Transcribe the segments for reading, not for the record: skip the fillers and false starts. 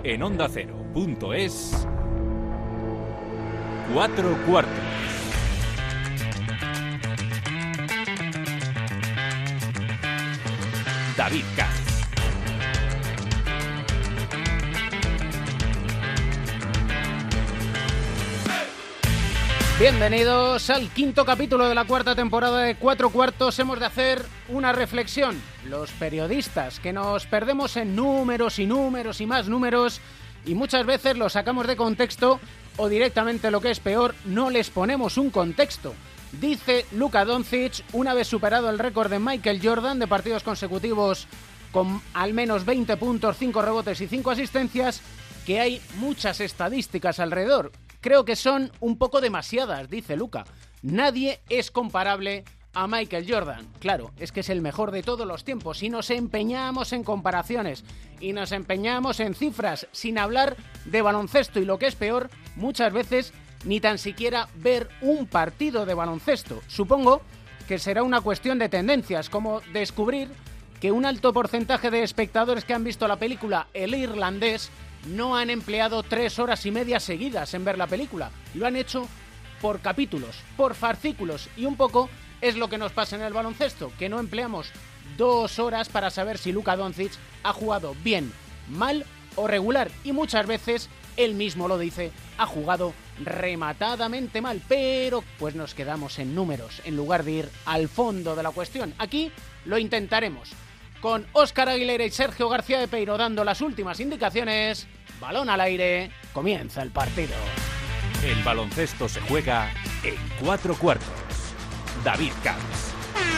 En OndaCero.es, 4 cuartos. David Katz. Bienvenidos al quinto capítulo de la cuarta temporada de 4 cuartos. Hemos de hacer una reflexión. Los periodistas que nos perdemos en números y números y más números y muchas veces los sacamos de contexto o directamente, lo que es peor, no les ponemos un contexto. Dice Luka Doncic, una vez superado el récord de Michael Jordan de partidos consecutivos con al menos 20 puntos, 5 rebotes y 5 asistencias, que hay muchas estadísticas alrededor. Creo que son un poco demasiadas, dice Luka. Nadie es comparable a Michael Jordan. Claro, es que es el mejor de todos los tiempos y nos empeñamos en comparaciones y nos empeñamos en cifras sin hablar de baloncesto y, lo que es peor, muchas veces ni tan siquiera ver un partido de baloncesto. Supongo que será una cuestión de tendencias, como descubrir que un alto porcentaje de espectadores que han visto la película El Irlandés no han empleado 3 horas y media seguidas en ver la película. Lo han hecho por capítulos, por fascículos, y un poco es lo que nos pasa en el baloncesto, que no empleamos 2 horas para saber si Luka Doncic ha jugado bien, mal o regular, y muchas veces él mismo lo dice, ha jugado rematadamente mal, pero pues nos quedamos en números en lugar de ir al fondo de la cuestión. Aquí lo intentaremos con Óscar Aguilera y Sergio García de Peiro dando las últimas indicaciones. Balón al aire, comienza el partido. El baloncesto se juega en 4 cuartos. David Katz.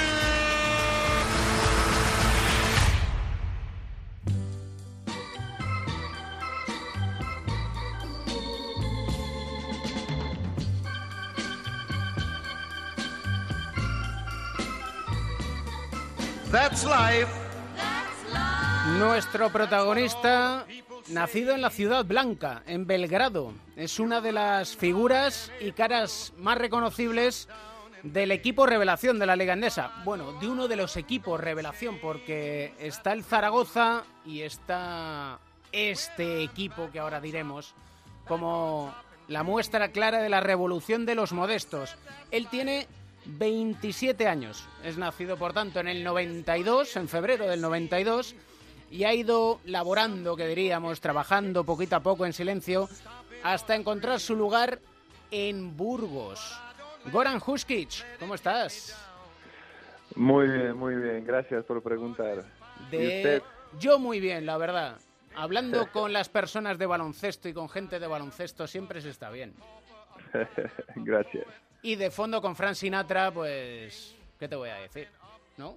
That's life. Nuestro protagonista, nacido en la Ciudad Blanca, en Belgrado, es una de las figuras y caras más reconocibles del equipo revelación de la Liga Endesa. Bueno, de uno de los equipos revelación, porque está el Zaragoza y está este equipo que ahora diremos como la muestra clara de la revolución de los modestos. Él tiene 27 años, es nacido por tanto en el 92, en febrero del 92, y ha ido laborando, que diríamos, trabajando poquito a poco en silencio, hasta encontrar su lugar en Burgos. Goran Huskic, ¿cómo estás? Muy bien, gracias por preguntar. ¿Y usted? Yo muy bien, la verdad. Hablando con las personas de baloncesto y con gente de baloncesto siempre se está bien. Gracias. Y de fondo con Frank Sinatra, pues, ¿qué te voy a decir? ¿No?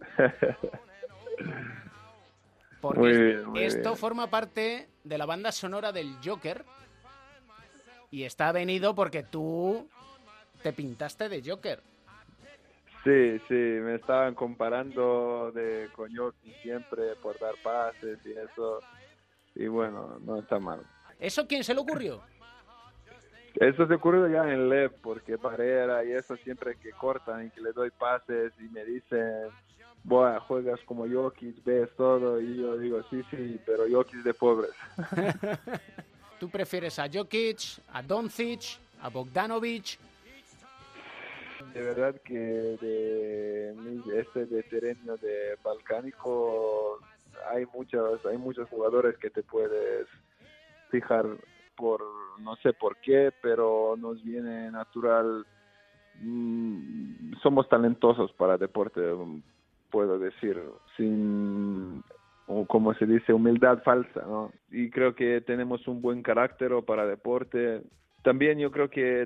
Porque muy esto bien. forma parte de la banda sonora del Joker y está venido porque tú te pintaste de Joker. Sí, me estaban comparando con Jokic siempre por dar pases y eso, y bueno, no está mal. ¿Eso quién se le ocurrió? Eso se ocurrió ya en LEP, porque Barrera y eso siempre que cortan y que le doy pases y me dicen, bueno, juegas como Jokic, ves todo, y yo digo, sí, pero Jokic de pobres. ¿Tú prefieres a Jokic, a Doncic, a Bogdanovic? De verdad que de terreno de balcánico hay muchos jugadores que te puedes fijar por no sé por qué, pero nos viene natural. Somos talentosos para deporte, puedo decir, sin, o como se dice, humildad falsa, ¿no? Y creo que tenemos un buen carácter para deporte. También yo creo que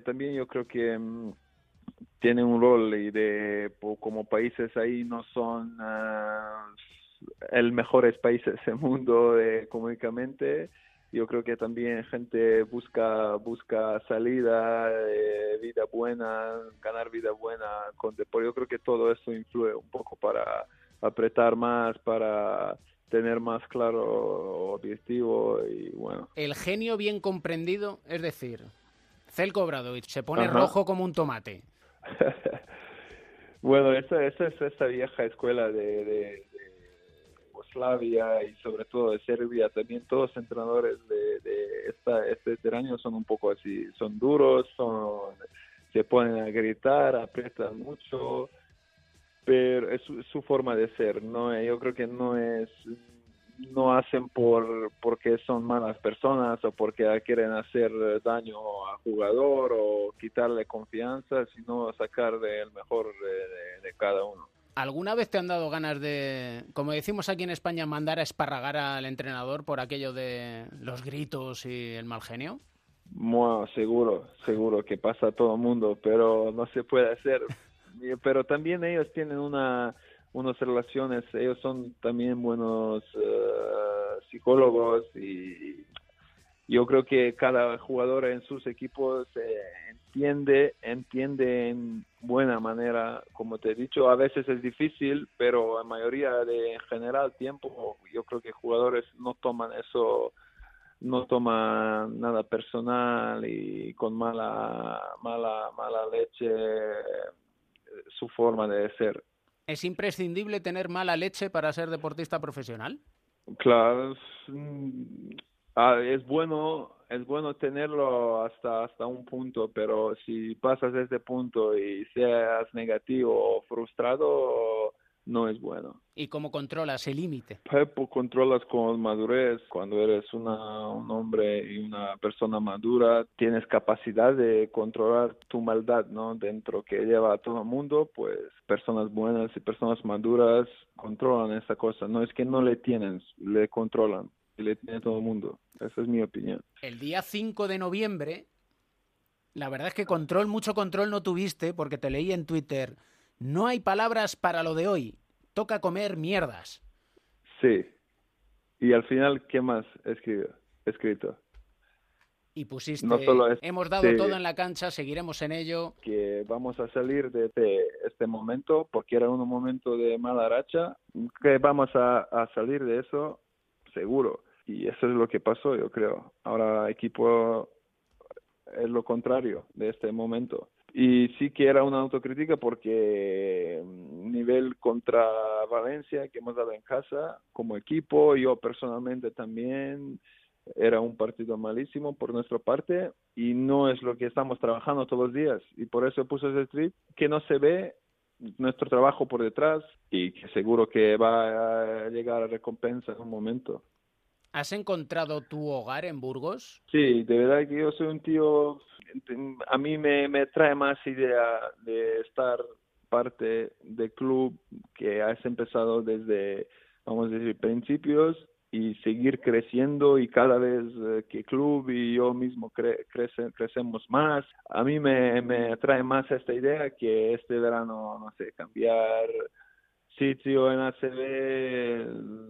tiene un rol, y como países ahí no son el mejores países del mundo económicamente. Yo creo que también gente busca salida, vida buena, ganar vida buena con deporte. Yo creo que todo eso influye un poco para apretar más, para tener más claro objetivo y bueno. El genio bien comprendido, es decir, Zeljko Obradović se pone Ajá. rojo como un tomate. Bueno, esa es esta vieja escuela de Yugoslavia y sobre todo de Serbia, también todos los entrenadores de este año son un poco así, son duros, se ponen a gritar, aprietan mucho, pero es su forma de ser, ¿no? Yo creo que no hacen porque son malas personas o porque quieren hacer daño al jugador o quitarle confianza, sino sacar el mejor de cada uno. ¿Alguna vez te han dado ganas de, como decimos aquí en España, mandar a esparragar al entrenador por aquello de los gritos y el mal genio? Bueno, seguro que pasa a todo el mundo, pero no se puede hacer. Pero también ellos tienen unas relaciones, ellos son también buenos psicólogos y yo creo que cada jugador en sus equipos entiende en buena manera. Como te he dicho, a veces es difícil, pero la mayoría en general tiempo, yo creo que jugadores no toman nada personal y con mala leche su forma de ser. ¿Es imprescindible tener mala leche para ser deportista profesional? Claro, es bueno tenerlo hasta un punto, pero si pasas ese punto y seas negativo o frustrado, no es bueno. ¿Y cómo controlas el límite? Controlas con madurez. Cuando eres un hombre y una persona madura, tienes capacidad de controlar tu maldad, ¿no? Dentro que lleva a todo el mundo, pues personas buenas y personas maduras controlan esa cosa. No es que no le tienen, le controlan. Y le tiene todo el mundo. Esa es mi opinión. El día 5 de noviembre, la verdad es que mucho control no tuviste, porque te leí en Twitter, no hay palabras para lo de hoy, toca comer mierdas. Sí. Y al final, ¿qué más he escrito? Y pusiste, no solo hemos dado todo en la cancha, seguiremos en ello. Que vamos a salir de este momento, porque era un momento de mala racha, que vamos a salir de eso, seguro. Y eso es lo que pasó, yo creo. Ahora el equipo es lo contrario de este momento. Y sí que era una autocrítica porque nivel contra Valencia que hemos dado en casa como equipo, yo personalmente también, era un partido malísimo por nuestra parte y no es lo que estamos trabajando todos los días. Y por eso puse ese tweet que no se ve nuestro trabajo por detrás y que seguro que va a llegar a recompensa en un momento. ¿Has encontrado tu hogar en Burgos? Sí, de verdad que yo soy un tío, a mí me trae más idea de estar parte del club que has empezado desde, vamos a decir, principios y seguir creciendo y cada vez que el club y yo mismo crecemos más. A mí me atrae más esta idea que este verano, no sé, cambiar sitio en ACB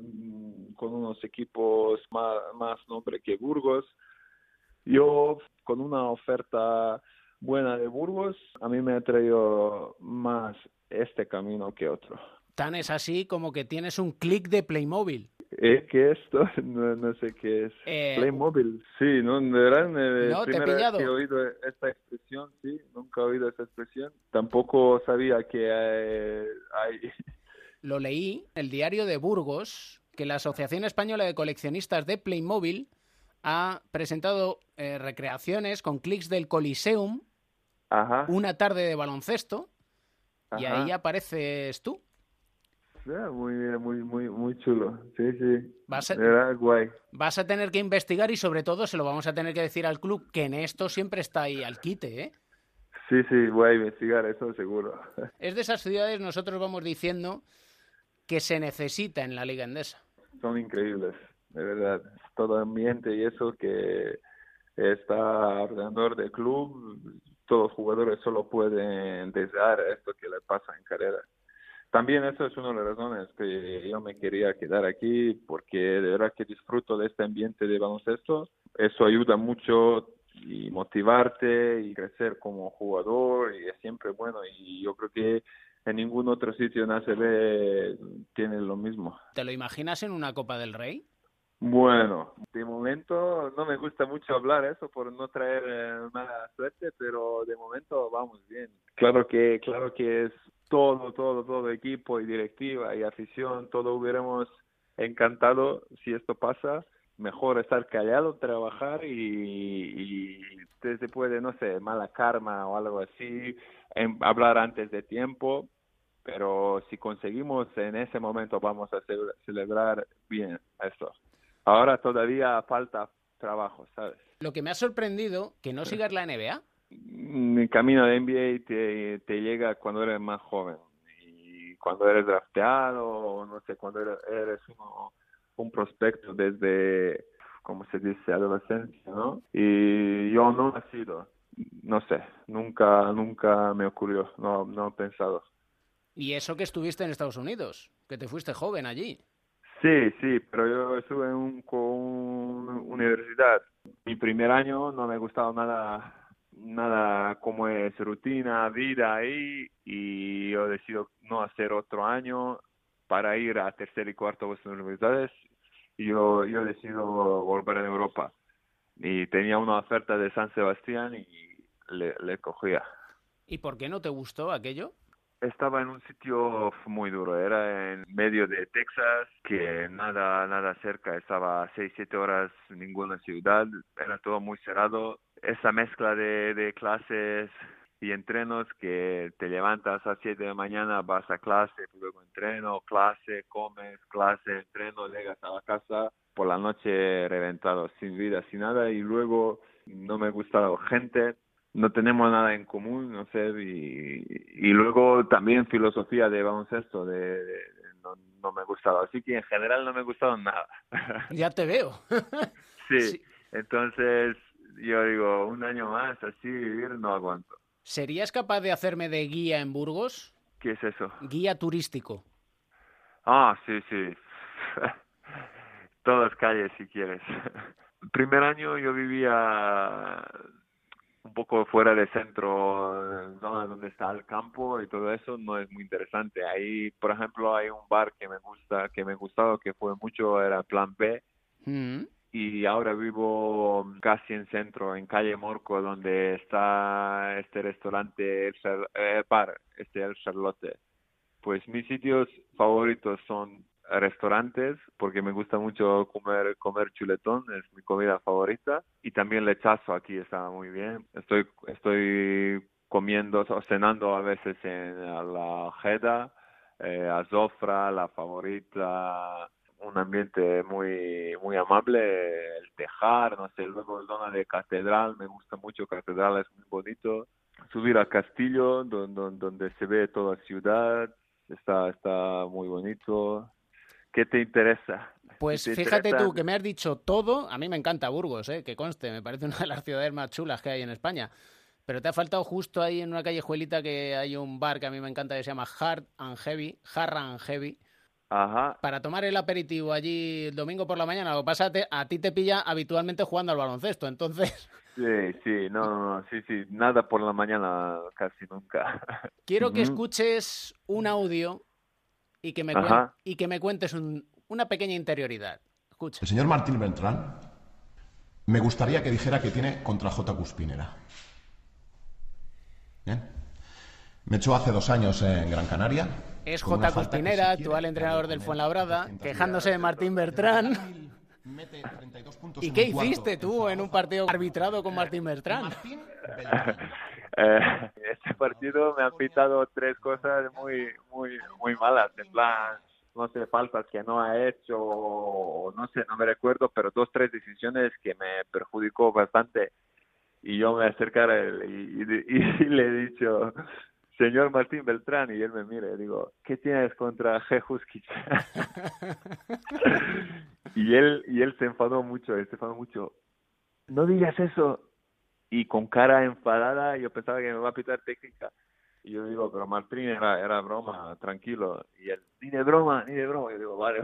con unos equipos más nombre que Burgos. Yo, con una oferta buena de Burgos, a mí me ha traído más este camino que otro. Tan es así como que tienes un clic de Playmobil. ¿Qué es esto? No sé qué es. Playmobil. Sí, ¿no? De verdad, no, primera vez que he oído esta expresión, sí, nunca he oído esa expresión. Tampoco sabía que hay... Lo leí en el diario de Burgos, que la Asociación Española de Coleccionistas de Playmobil ha presentado recreaciones con clics del Coliseum, Ajá. Una tarde de baloncesto, Ajá. Y ahí apareces tú. Muy chulo. Sí. Era guay. Vas a tener que investigar y sobre todo se lo vamos a tener que decir al club, que en esto siempre está ahí al quite, ¿eh? Sí, voy a investigar eso seguro. Es de esas ciudades, nosotros vamos diciendo, que se necesita en la Liga Endesa. Son increíbles, de verdad. Todo el ambiente y eso que está alrededor del club, todos los jugadores solo pueden desear esto que le pasa en carrera. También eso es una de las razones que yo me quería quedar aquí, porque de verdad que disfruto de este ambiente de baloncesto. Eso ayuda mucho y motivarte y crecer como jugador, y es siempre bueno, y yo creo que en ningún otro sitio en ACB tiene lo mismo. ¿Te lo imaginas en una Copa del Rey? Bueno, de momento no me gusta mucho hablar eso por no traer mala suerte, pero de momento vamos bien. Claro que es todo equipo y directiva y afición, todo hubiéramos encantado si esto pasa. Mejor estar callado, trabajar y se puede, no sé, mala karma o algo así, hablar antes de tiempo, pero si conseguimos en ese momento vamos a celebrar bien esto. Ahora todavía falta trabajo, ¿sabes? Lo que me ha sorprendido, que no sigas la NBA. Mi camino de NBA te llega cuando eres más joven y cuando eres drafteado, o no sé, cuando eres un prospecto desde, ¿cómo se dice?, adolescencia, ¿no? Y yo no he sido, no sé, nunca me ocurrió, no he pensado. Y eso que estuviste en Estados Unidos, que te fuiste joven allí. Sí, pero yo estuve con una universidad. Mi primer año no me gustaba nada como es rutina, vida ahí, y yo decido no hacer otro año para ir a tercer y cuarto de universidades, y yo decido volver a Europa. Y tenía una oferta de San Sebastián y le cogía. ¿Y por qué no te gustó aquello? Estaba en un sitio muy duro, era en medio de Texas, que nada cerca, estaba a 6-7 horas, ninguna ciudad, era todo muy cerrado. Esa mezcla de clases y entrenos, que te levantas a 7 de la mañana, vas a clase, luego entreno, clase, comes, clase, entreno, llegas a la casa, por la noche reventado, sin vida, sin nada, y luego no me gustaba gente. No tenemos nada en común, no sé, y luego también filosofía de baloncesto, no me gustaba, así que en general no me gustaba nada. Ya te veo. Sí, entonces yo digo, un año más así vivir no aguanto. ¿Serías capaz de hacerme de guía en Burgos? ¿Qué es eso? Guía turístico. Ah, sí. Todas calles si quieres. El primer año yo vivía un poco fuera del centro, zona donde está el campo y todo eso, no es muy interesante. Ahí, por ejemplo, hay un bar que me gustaba, que fue mucho, era Plan B. Y ahora vivo casi en centro, en calle Morco, donde está este restaurante, el bar, el Charlotte. Pues mis sitios favoritos son restaurantes, porque me gusta mucho comer chuletón, es mi comida favorita, y también lechazo aquí está muy bien. Estoy comiendo o cenando a veces en la Ojeda, Azofra, la favorita, un ambiente muy amable, el Tejar, no sé, luego zona de Catedral, me gusta mucho Catedral, es muy bonito. Subir al Castillo, donde se ve toda la ciudad, está muy bonito. ¿Qué te interesa? Pues ¿Te fíjate interesa? tú que me has dicho todo. A mí me encanta Burgos, que conste, me parece una de las ciudades más chulas que hay en España. Pero te ha faltado justo ahí en una callejuelita que hay un bar que a mí me encanta que se llama Jarra and Heavy. Ajá. Para tomar el aperitivo allí el domingo por la mañana. Lo que pasa es que a ti te pilla habitualmente jugando al baloncesto, entonces... Sí, no, sí, nada por la mañana, casi nunca. Quiero que escuches un audio y que me cuentes una pequeña interioridad. Escucha. El señor Martín Beltrán, me gustaría que dijera que tiene contra J. Cuspinera. ¿Bien? Me echó hace 2 años en Gran Canaria. Es J. Cuspinera, actual entrenador del Fuenlabrada, quejándose de Martín Beltrán. ¿Y qué hiciste tú en un partido arbitrado con Martín Beltrán? Este partido me han pitado 3 cosas muy malas, en plan, no sé, faltas que no ha hecho, o no sé, no me recuerdo, pero 2-3 decisiones que me perjudicó bastante. Y yo me acerqué a él y le he dicho, señor Martín Beltrán, y él me mira y digo, ¿qué tienes contra G. Huskic? y él se enfadó mucho, no digas eso. Y con cara enfadada, yo pensaba que me va a pitar técnica. Y yo digo, pero Martín, era broma, tranquilo. Y él, ni de broma. Y yo digo, vale.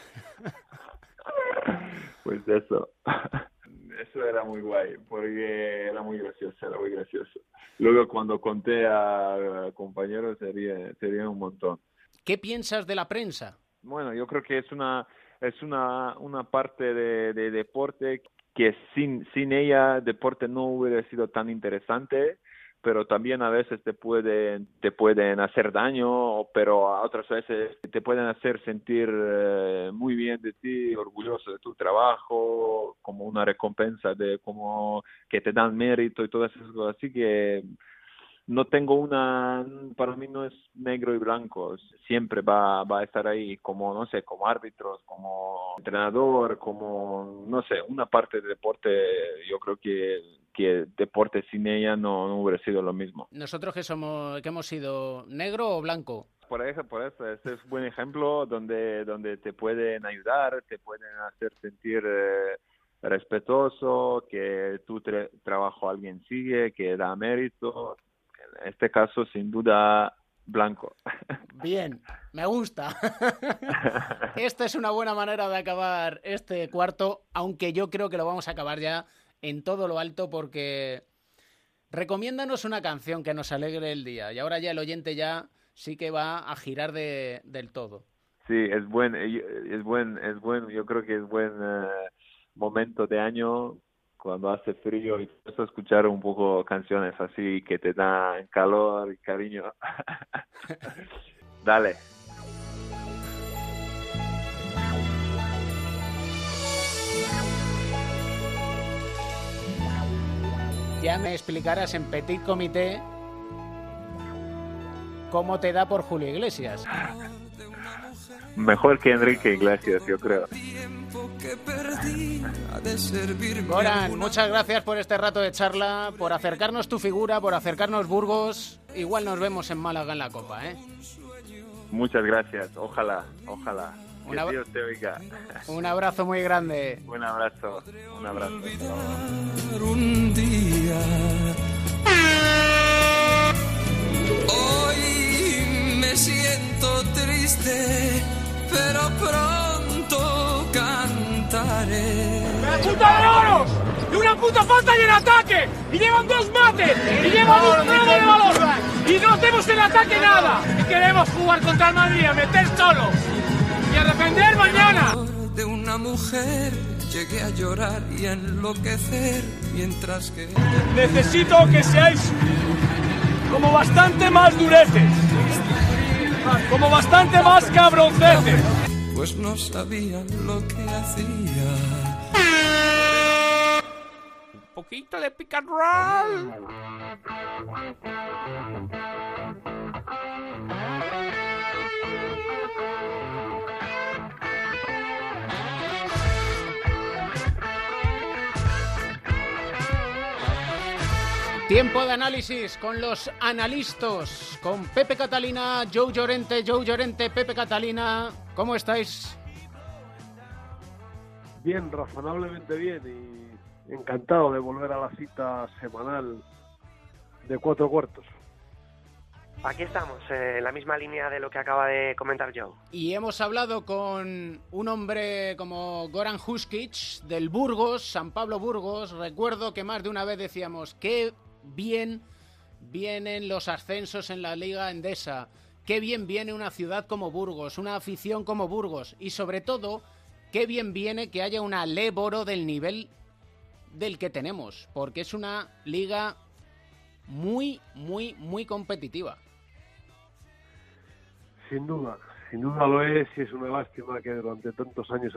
Pues eso. Eso era muy guay, porque era muy gracioso. Luego cuando conté a compañeros sería un montón. ¿Qué piensas de la prensa? Bueno, yo creo que es una parte de deporte que sin ella deporte no hubiera sido tan interesante, pero también a veces te pueden hacer daño, pero a otras veces te pueden hacer sentir muy bien de ti, orgulloso de tu trabajo, como una recompensa de como que te dan mérito y todas esas cosas. Así que no tengo para mí no es negro y blanco, siempre va a estar ahí como, no sé, como árbitros, como entrenador, como, no sé, una parte del deporte. Yo creo que deporte sin ella no hubiera sido lo mismo. Nosotros que hemos sido negro o blanco. Por eso, este es un buen ejemplo donde te pueden ayudar, te pueden hacer sentir respetuoso, que tu trabajo alguien sigue, que da mérito. En este caso, sin duda, blanco. Bien, me gusta. Esta es una buena manera de acabar este cuarto, aunque yo creo que lo vamos a acabar ya en todo lo alto, porque recomiéndanos una canción que nos alegre el día. Y ahora ya el oyente ya sí que va a girar del todo. Sí, es buen. Yo creo que es buen momento de año, cuando hace frío, y eso, escuchar un poco canciones así que te dan calor y cariño. Dale. Ya me explicarás en Petit Comité cómo te da por Julio Iglesias. Mejor que Enrique Iglesias, yo creo. Goran, muchas gracias por este rato de charla, por acercarnos tu figura, por acercarnos Burgos. Igual nos vemos en Málaga en la Copa, ¿eh? Muchas gracias, ojalá. Que Dios te oiga. Un abrazo muy grande. Un abrazo. Un día. Hoy me siento triste, pero pronto cantaré. ¡La puta de oros! ¡Y una puta falta y el ataque! ¡Y llevan 2 mates! ¡Y llevan un juego de balón! ¡Y no hacemos el ataque nada! Y queremos jugar contra el Madrid, a meter solo y a defender mañana. De una mujer llegué a llorar y a enloquecer mientras que... Necesito que seáis como bastante más dureces, como bastante más cabroncetes. Pues no sabían lo que hacía. Un poquito de pick and roll. Tiempo de análisis con los analistas, con Pepe Catalina, Joe Llorente, Pepe Catalina. ¿Cómo estáis? Bien, razonablemente bien, y encantado de volver a la cita semanal de 4 cuartos. Aquí estamos, en la misma línea de lo que acaba de comentar Joe. Y hemos hablado con un hombre como Goran Huskic, del Burgos, San Pablo Burgos. Recuerdo que más de una vez decíamos que bien vienen los ascensos en la Liga Endesa, qué bien viene una ciudad como Burgos, una afición como Burgos, y sobre todo, qué bien viene que haya una Léboro del nivel del que tenemos, porque es una liga muy, muy, muy competitiva. Sin duda lo es, y es una lástima que durante tantos años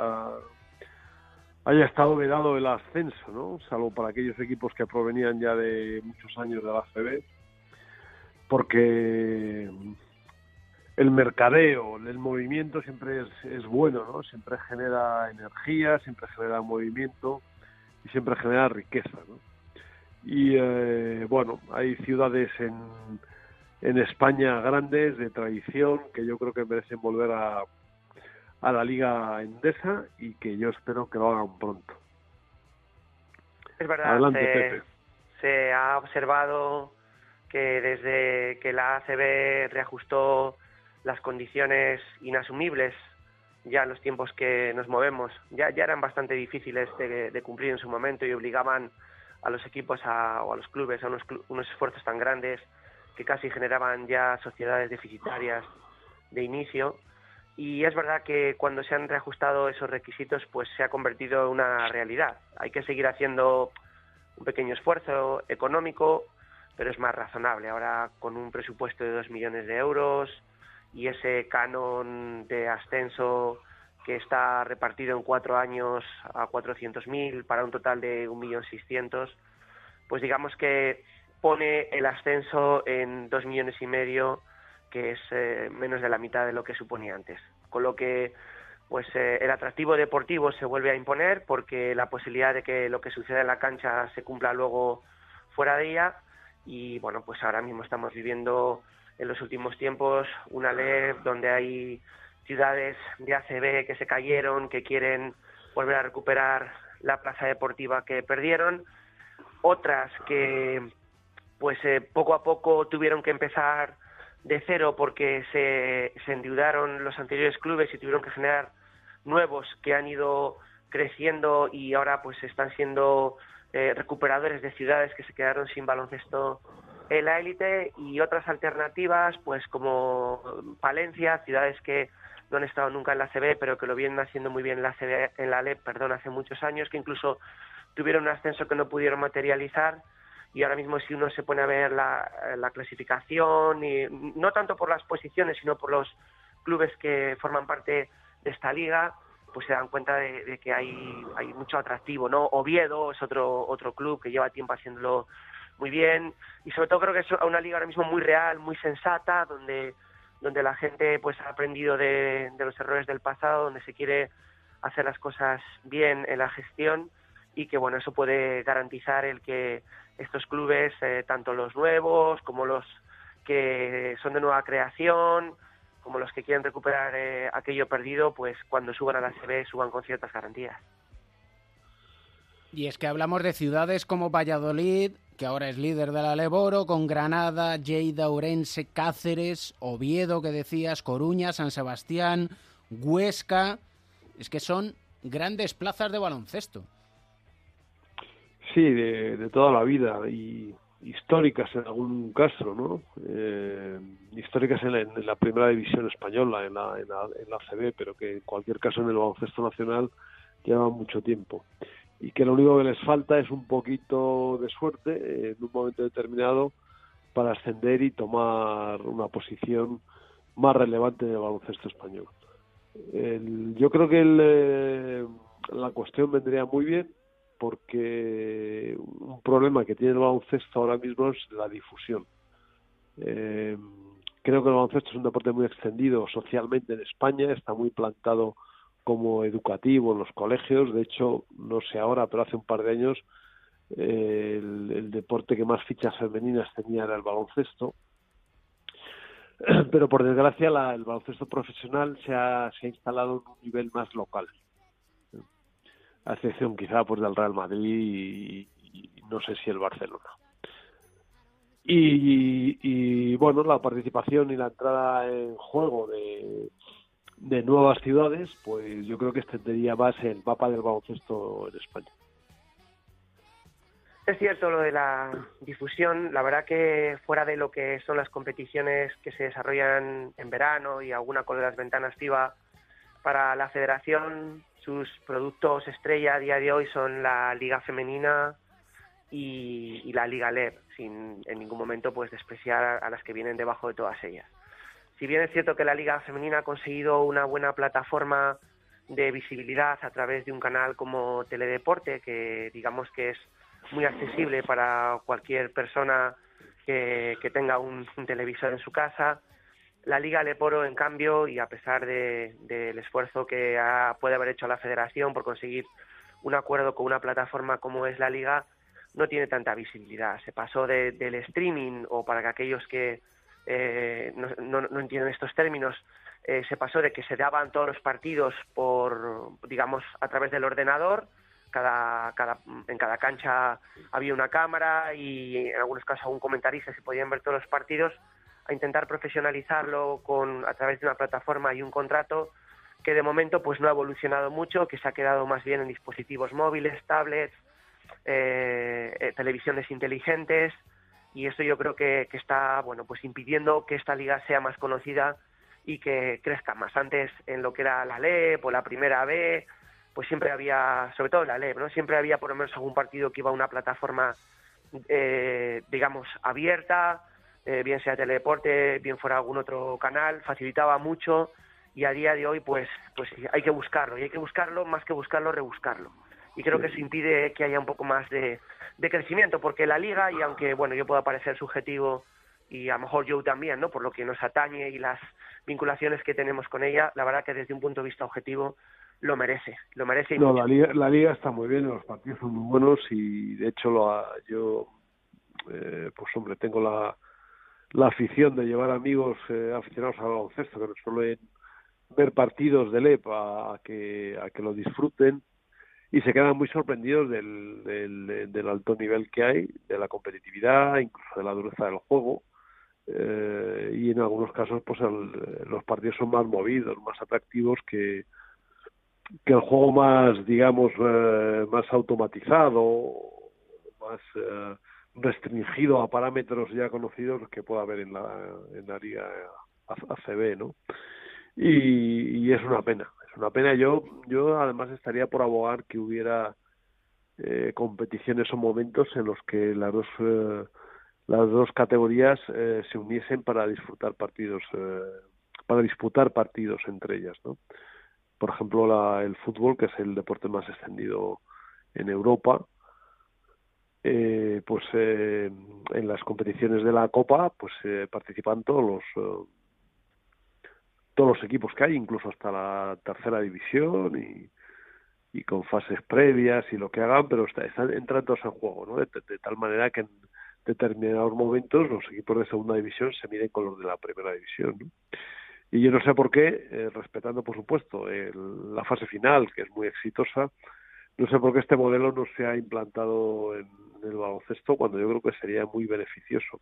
haya estado vedado el ascenso, ¿no? Salvo para aquellos equipos que provenían ya de muchos años de la ACB, porque el mercadeo, el movimiento siempre es bueno, ¿no? Siempre genera energía, siempre genera movimiento y siempre genera riqueza, ¿no? Y bueno, hay ciudades en España grandes, de tradición, que yo creo que merecen volver a la Liga Endesa, y que yo espero que lo hagan pronto. Es verdad. Adelante, Pepe. Se ha observado que desde que la ACB reajustó las condiciones inasumibles ya en los tiempos que nos movemos, ya eran bastante difíciles de cumplir en su momento, y obligaban a los equipos o a los clubes a unos esfuerzos tan grandes que casi generaban ya sociedades deficitarias de inicio. Y es verdad que cuando se han reajustado esos requisitos, pues se ha convertido en una realidad. Hay que seguir haciendo un pequeño esfuerzo económico, es más razonable. Ahora con un presupuesto de 2 millones de euros y ese canon de ascenso que está repartido en 4 años a 400.000 para un total de 1.600.000, pues digamos que pone el ascenso en 2,5 millones, que es menos de la mitad de lo que suponía antes. Con lo que pues el atractivo deportivo se vuelve a imponer, porque la posibilidad de que lo que suceda en la cancha se cumpla luego fuera de ella. Y bueno, pues ahora mismo estamos viviendo en los últimos tiempos una LEB donde hay ciudades de ACB que se cayeron, que quieren volver a recuperar la plaza deportiva que perdieron, otras que pues poco a poco tuvieron que empezar de cero porque se endeudaron los anteriores clubes y tuvieron que generar nuevos que han ido creciendo y ahora pues están siendo recuperadores de ciudades que se quedaron sin baloncesto en la élite, y otras alternativas pues como Palencia, ciudades que no han estado nunca en la ACB pero que lo vienen haciendo muy bien en la LEB, hace muchos años, que incluso tuvieron un ascenso que no pudieron materializar. Y ahora mismo si uno se pone a ver la clasificación, y no tanto por las posiciones, sino por los clubes que forman parte de esta liga, pues se dan cuenta de que hay mucho atractivo, ¿no? Oviedo es otro club que lleva tiempo haciéndolo muy bien, y sobre todo creo que es una liga ahora mismo muy real, muy sensata, donde la gente pues ha aprendido de los errores del pasado, donde se quiere hacer las cosas bien en la gestión, y que bueno, eso puede garantizar el que estos clubes, tanto los nuevos como los que son de nueva creación, como los que quieren recuperar aquello perdido, pues cuando suban a la ACB suban con ciertas garantías. Y es que hablamos de ciudades como Valladolid, que ahora es líder de la LEB Oro, con Granada, Lleida, Ourense, Cáceres, Oviedo, que decías, Coruña, San Sebastián, Huesca. Es que son grandes plazas de baloncesto. Sí, de toda la vida, y históricas en algún caso, ¿no? Históricas en la primera división española, en la ACB, pero que en cualquier caso en el baloncesto nacional llevan mucho tiempo. Y que lo único que les falta es un poquito de suerte en un momento determinado para ascender y tomar una posición más relevante en el baloncesto español. Yo creo que la cuestión vendría muy bien, porque un problema que tiene el baloncesto ahora mismo es la difusión. Creo que el baloncesto es un deporte muy extendido socialmente en España, está muy plantado como educativo en los colegios. De hecho, no sé ahora, pero hace un par de años el deporte que más fichas femeninas tenía era el baloncesto. Pero por desgracia el baloncesto profesional se ha instalado en un nivel más local, a excepción quizá pues del Real Madrid y no sé si el Barcelona. Y bueno, la participación y la entrada en juego de nuevas ciudades, pues yo creo que extendería más el mapa del baloncesto en España. Es cierto lo de la difusión. La verdad que fuera de lo que son las competiciones que se desarrollan en verano y alguna con las ventanas FIBA, para la federación sus productos estrella a día de hoy son la Liga Femenina y la Liga LEB, sin en ningún momento pues despreciar a las que vienen debajo de todas ellas. Si bien es cierto que la Liga Femenina ha conseguido una buena plataforma de visibilidad a través de un canal como Teledeporte, que digamos que es muy accesible para cualquier persona que tenga un televisor en su casa, la Liga LEB Oro, en cambio, y a pesar del esfuerzo que puede haber hecho la federación por conseguir un acuerdo con una plataforma como es la Liga, no tiene tanta visibilidad. Se pasó del streaming, o para que aquellos que no entienden estos términos, se pasó de que se daban todos los partidos a través del ordenador. En cada cancha había una cámara y en algunos casos un comentarista, se podían ver todos los partidos, a intentar profesionalizarlo a través de una plataforma y un contrato que de momento pues no ha evolucionado mucho, que se ha quedado más bien en dispositivos móviles, tablets, televisiones inteligentes, y eso yo creo que está pues impidiendo que esta liga sea más conocida y que crezca más. Antes, en lo que era la LEB o la primera B, pues siempre había, sobre todo la LEB, ¿no? Siempre había por lo menos algún partido que iba a una plataforma digamos, abierta, bien sea Teledeporte, bien fuera algún otro canal, facilitaba mucho, y a día de hoy pues hay que buscarlo, y hay que buscarlo, más que buscarlo, rebuscarlo. Y creo que eso impide que haya un poco más de crecimiento, porque la Liga, y aunque, bueno, yo pueda parecer subjetivo, y a lo mejor Joe también, ¿no?, por lo que nos atañe y las vinculaciones que tenemos con ella, la verdad que desde un punto de vista objetivo lo merece y no, mucho. la liga está muy bien, los partidos son muy buenos, y de hecho yo pues hombre, tengo la afición de llevar amigos aficionados al baloncesto que suelen ver partidos del EP a que lo disfruten, y se quedan muy sorprendidos del alto nivel que hay, de la competitividad, incluso de la dureza del juego, y en algunos casos pues los partidos son más movidos, más atractivos que el juego más, digamos, más automatizado, más restringido a parámetros ya conocidos que pueda haber en la Liga ACB, ¿no? Y es una pena. Yo además estaría por abogar que hubiera competiciones o momentos en los que las dos categorías se uniesen para disputar partidos entre ellas, ¿no? Por ejemplo, el fútbol, que es el deporte más extendido en Europa, pues en las competiciones de la Copa pues participan todos los equipos que hay, incluso hasta la tercera división, y con fases previas y lo que hagan, pero entran todos en juego, ¿no? De tal manera que en determinados momentos los equipos de segunda división se miden con los de la primera división, ¿no? Y yo no sé por qué, respetando por supuesto la fase final, que es muy exitosa, no sé por qué este modelo no se ha implantado en el baloncesto, cuando yo creo que sería muy beneficioso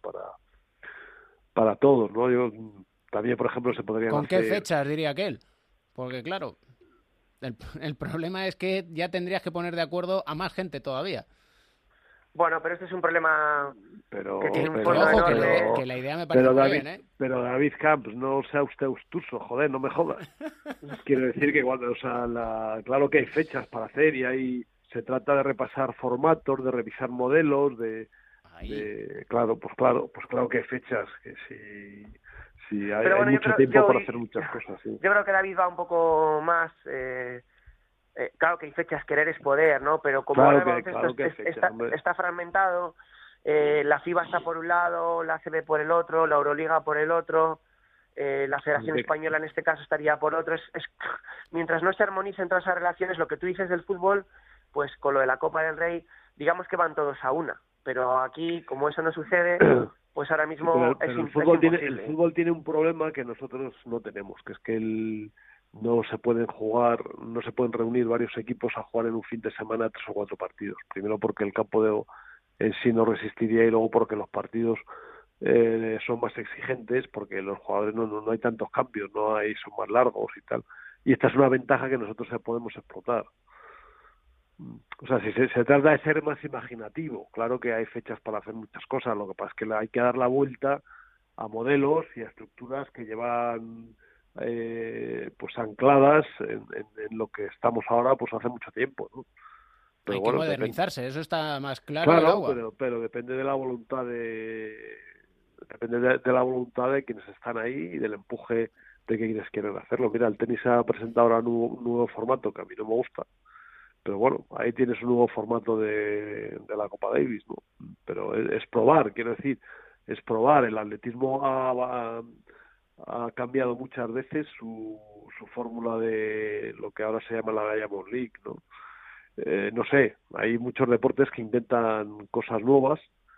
para todos, ¿no? También, por ejemplo, se podrían ¿Con hacer... qué fechas, diría aquel? Porque claro, el problema es que ya tendrías que poner de acuerdo a más gente todavía. Bueno, pero este es un problema que tiene un Pero fondo ojo, enorme. que la idea me parece muy bien, ¿eh? Pero David Camps, no sea usted obstuso, joder, no me jodas. Quiero decir que cuando, claro que hay fechas para hacer, y se trata de repasar formatos, de revisar modelos, claro que hay fechas, que sí hay mucho tiempo para hacer muchas cosas. Sí. Yo creo que David va un poco más... claro que hay fechas, querer es poder, ¿no? Pero como ahora está fragmentado, la FIBA está por un lado, la ACB por el otro, la Euroliga por el otro, la Federación Española en este caso estaría por otro. Mientras no se armonicen todas esas relaciones, lo que tú dices del fútbol, pues con lo de la Copa del Rey, digamos que van todos a una. Pero aquí, como eso no sucede, pues ahora mismo pero el fútbol tiene un problema que nosotros no tenemos, que es que no se pueden reunir varios equipos a jugar en un fin de semana 3 o 4 partidos. Primero porque el campo en sí no resistiría, y luego porque los partidos son más exigentes, porque los jugadores no hay tantos cambios, son más largos y tal. Y esta es una ventaja que nosotros podemos explotar. O sea, si se trata de ser más imaginativo, claro que hay fechas para hacer muchas cosas, lo que pasa es que hay que dar la vuelta a modelos y a estructuras que llevan pues ancladas en lo que estamos ahora pues hace mucho tiempo, ¿no? Pero hay que modernizarse, eso está más claro. Claro, pero depende de la voluntad depende de la voluntad de quienes están ahí y del empuje de quienes quieren hacerlo. Mira, el tenis ha presentado ahora un nuevo formato que a mí no me gusta, pero bueno, ahí tienes un nuevo formato de la Copa Davis, ¿no? Pero es probar, quiero decir, es probar. El atletismo ha cambiado muchas veces su fórmula de lo que ahora se llama la Diamond League, ¿no? No sé, hay muchos deportes que intentan cosas nuevas,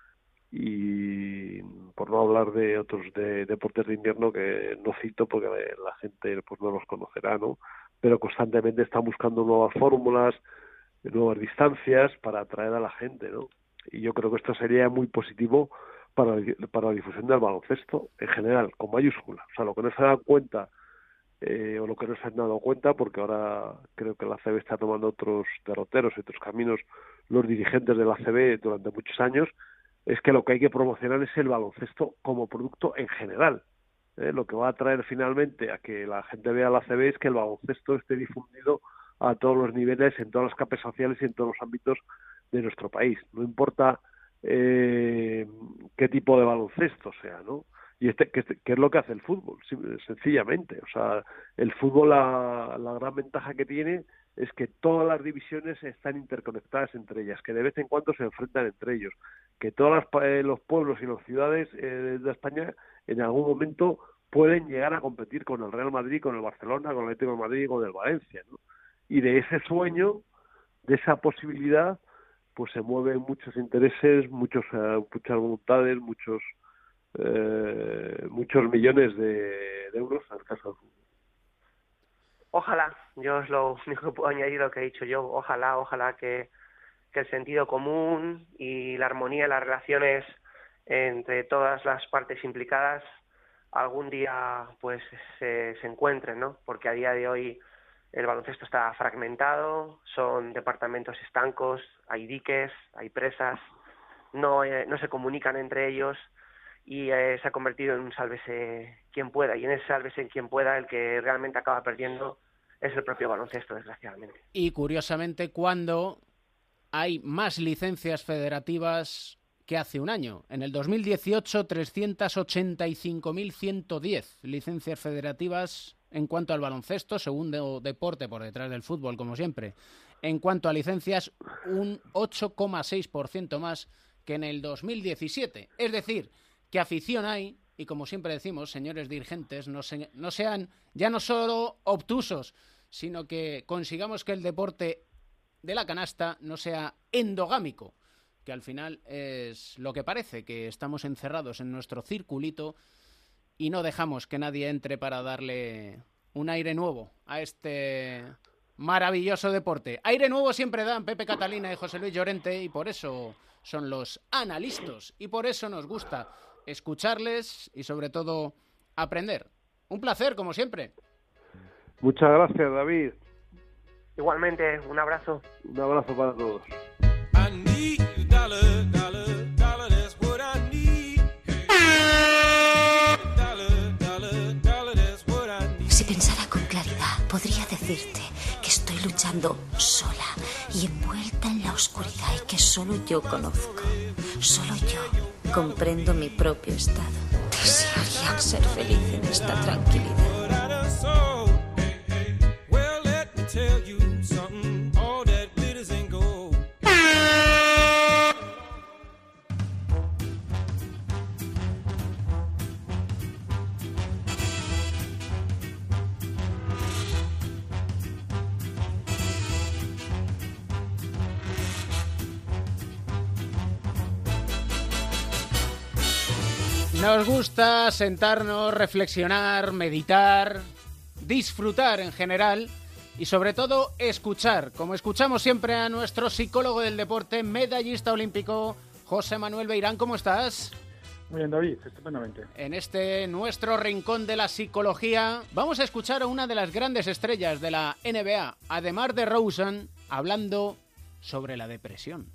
y por no hablar de otros deportes de invierno que no cito porque la gente pues no los conocerá, ¿no? Pero constantemente están buscando nuevas fórmulas, nuevas distancias para atraer a la gente, ¿no? Y yo creo que esto sería muy positivo para la difusión del baloncesto en general, con mayúsculas. O sea, lo que no se dan cuenta, o lo que no se han dado cuenta, porque ahora creo que la ACB está tomando otros derroteros y otros caminos, los dirigentes de la ACB durante muchos años, es que lo que hay que promocionar es el baloncesto como producto en general. Lo que va a traer finalmente a que la gente vea la ACB es que el baloncesto esté difundido a todos los niveles, en todas las capas sociales y en todos los ámbitos de nuestro país. No importa qué tipo de baloncesto sea, ¿no? Y que es lo que hace el fútbol, sencillamente. O sea, el fútbol, la gran ventaja que tiene es que todas las divisiones están interconectadas entre ellas, que de vez en cuando se enfrentan entre ellos, que todos los pueblos y las ciudades de España en algún momento pueden llegar a competir con el Real Madrid, con el Barcelona, con el Atlético de Madrid y con el Valencia, ¿no? Y de ese sueño, de esa posibilidad, pues se mueven muchos intereses, muchas voluntades, muchos millones de euros en el caso del fútbol. Ojalá, yo es lo único que puedo añadir lo que he dicho yo, ojalá que el sentido común y la armonía de las relaciones entre todas las partes implicadas algún día pues se encuentren, ¿no? Porque a día de hoy el baloncesto está fragmentado, son departamentos estancos, hay diques, hay presas, no se comunican entre ellos y se ha convertido en un sálvese quien pueda, y en ese sálvese quien pueda el que realmente acaba perdiendo es el propio baloncesto, desgraciadamente. Y curiosamente, cuando hay más licencias federativas que hace un año. En el 2018, 385.110 licencias federativas en cuanto al baloncesto, segundo deporte por detrás del fútbol, como siempre. En cuanto a licencias, un 8,6% más que en el 2017. Es decir, que afición hay, y como siempre decimos, señores dirigentes, no sean ya no solo obtusos, sino que consigamos que el deporte de la canasta no sea endogámico, que al final es lo que parece, que estamos encerrados en nuestro circulito y no dejamos que nadie entre para darle un aire nuevo a este maravilloso deporte. Aire nuevo siempre dan Pepe Catalina y José Luis Llorente, y por eso son los analistas, y por eso nos gusta escucharles y sobre todo aprender. Un placer, como siempre. Muchas gracias, David. Igualmente, un abrazo. Un abrazo para todos. Si pensara con claridad, podría decirte que estoy luchando sola y envuelta en la oscuridad y que solo yo conozco. Solo yo comprendo mi propio estado. Desearía ser feliz en esta tranquilidad. Nos gusta sentarnos, reflexionar, meditar, disfrutar en general y sobre todo escuchar, como escuchamos siempre a nuestro psicólogo del deporte, medallista olímpico, José Manuel Beirán. ¿Cómo estás? Muy bien, David, estupendamente. En este nuestro rincón de la psicología vamos a escuchar a una de las grandes estrellas de la NBA, a DeMar DeRozan, hablando sobre la depresión.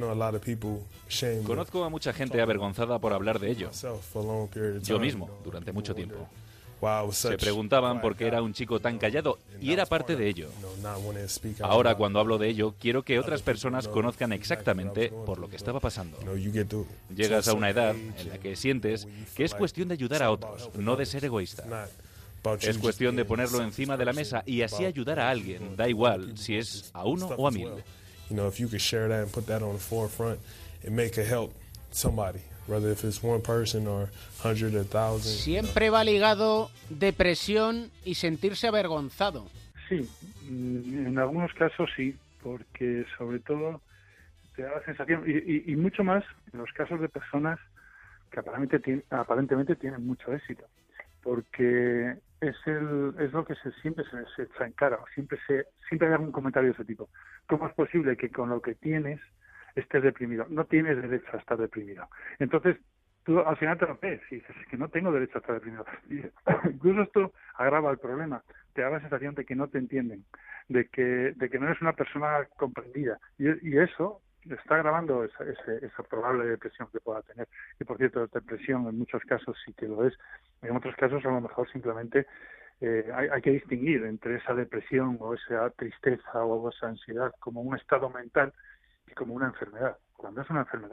Conozco a mucha gente avergonzada por hablar de ello. Yo mismo, durante mucho tiempo. Se preguntaban por qué era un chico tan callado, y era parte de ello. Ahora, cuando hablo de ello, quiero que otras personas conozcan exactamente por lo que estaba pasando. Llegas a una edad en la que sientes que es cuestión de ayudar a otros, no de ser egoísta. Es cuestión de ponerlo encima de la mesa y así ayudar a alguien, da igual si es a uno o a 1000. If you could share that and put that on the forefront, it may could help somebody, whether if it's one person or 100 or 1,000. Siempre va ligado depresión y sentirse avergonzado. Sí, en algunos casos sí, porque sobre todo te da la sensación, y mucho más en los casos de personas que aparentemente tienen mucho éxito, porque es lo que siempre se encara, siempre hay algún comentario de ese tipo. ¿Cómo es posible que con lo que tienes estés deprimido? No tienes derecho a estar deprimido. Entonces, tú al final te lo ves y dices, es que no tengo derecho a estar deprimido. Y incluso esto agrava el problema. Te da la sensación de que no te entienden, de que no eres una persona comprendida. Y eso está agravando esa probable depresión que pueda tener. Y por cierto, depresión en muchos casos sí que lo es. En otros casos a lo mejor simplemente hay que distinguir entre esa depresión o esa tristeza o esa ansiedad como un estado mental y como una enfermedad. Cuando es una enfermedad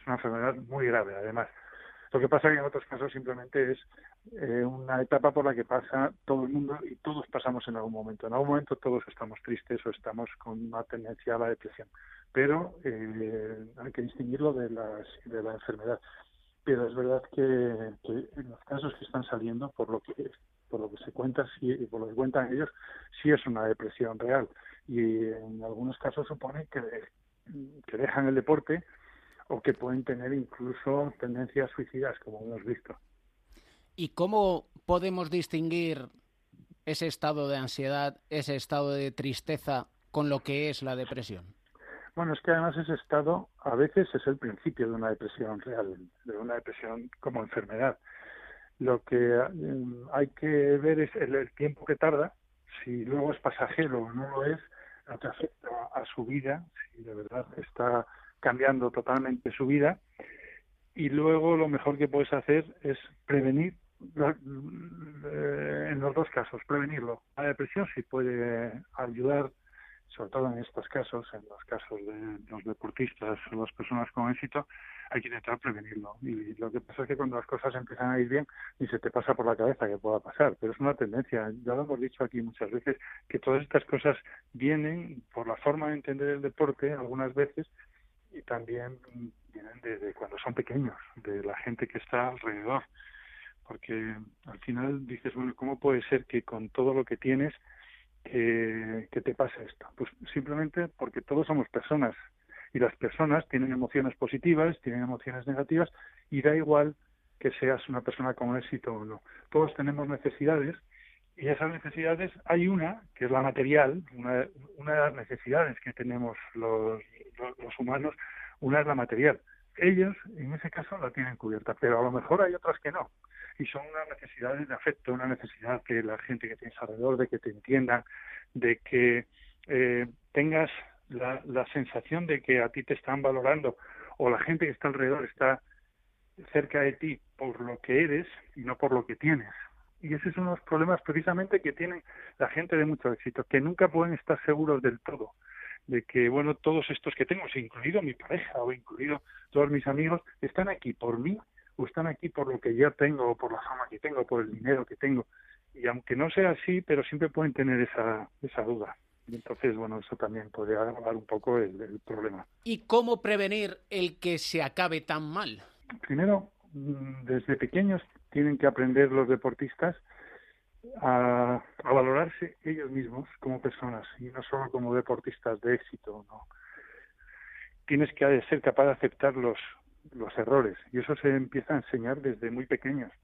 Es una enfermedad muy grave, además. Lo que pasa es que en otros casos simplemente es una etapa por la que pasa todo el mundo y todos pasamos en algún momento. En algún momento todos estamos tristes o estamos con una tendencia a la depresión, pero hay que distinguirlo de la enfermedad. Pero es verdad que en los casos que están saliendo, por lo que se cuenta, sí, por lo que cuentan ellos, sí es una depresión real. Y en algunos casos supone que dejan el deporte o que pueden tener incluso tendencias suicidas, como hemos visto. ¿Y cómo podemos distinguir ese estado de ansiedad, ese estado de tristeza con lo que es la depresión? Bueno, es que además ese estado a veces es el principio de una depresión real, de una depresión como enfermedad. Lo que hay que ver es el tiempo que tarda, si luego es pasajero o no lo es, no te afecta a su vida, si de verdad está cambiando totalmente su vida. Y luego lo mejor que puedes hacer es prevenir, en los dos casos, prevenirlo. La depresión sí puede ayudar, sobre todo en estos casos, en los casos de los deportistas o las personas con éxito, hay que intentar prevenirlo. Y lo que pasa es que cuando las cosas empiezan a ir bien, ni se te pasa por la cabeza que pueda pasar, pero es una tendencia. Ya lo hemos dicho aquí muchas veces, que todas estas cosas vienen por la forma de entender el deporte, algunas veces, y también vienen desde cuando son pequeños, de la gente que está alrededor. Porque al final dices, bueno, ¿cómo puede ser que con todo lo que tienes que te pase esto? Pues simplemente porque todos somos personas y las personas tienen emociones positivas, tienen emociones negativas y da igual que seas una persona con éxito o no. Todos tenemos necesidades y esas necesidades, hay una que es la material, una de las necesidades que tenemos los humanos, una es la material. Ellos en ese caso la tienen cubierta, pero a lo mejor hay otras que no. Y son unas necesidades de afecto, una necesidad que la gente que tienes alrededor, de que te entiendan, de que tengas la sensación de que a ti te están valorando o la gente que está alrededor está cerca de ti por lo que eres y no por lo que tienes. Y esos son los problemas precisamente que tienen la gente de mucho éxito, que nunca pueden estar seguros del todo, de que, bueno, todos estos que tengo, incluido mi pareja o incluido todos mis amigos, están aquí por mí o están aquí por lo que yo tengo, o por la fama que tengo, por el dinero que tengo. Y aunque no sea así, pero siempre pueden tener esa duda. Y entonces, bueno, eso también puede agravar un poco el problema. ¿Y cómo prevenir el que se acabe tan mal? Primero, desde pequeños tienen que aprender los deportistas a valorarse ellos mismos como personas y no solo como deportistas de éxito, ¿no? Tienes que ser capaz de aceptar los errores y eso se empieza a enseñar desde muy pequeños.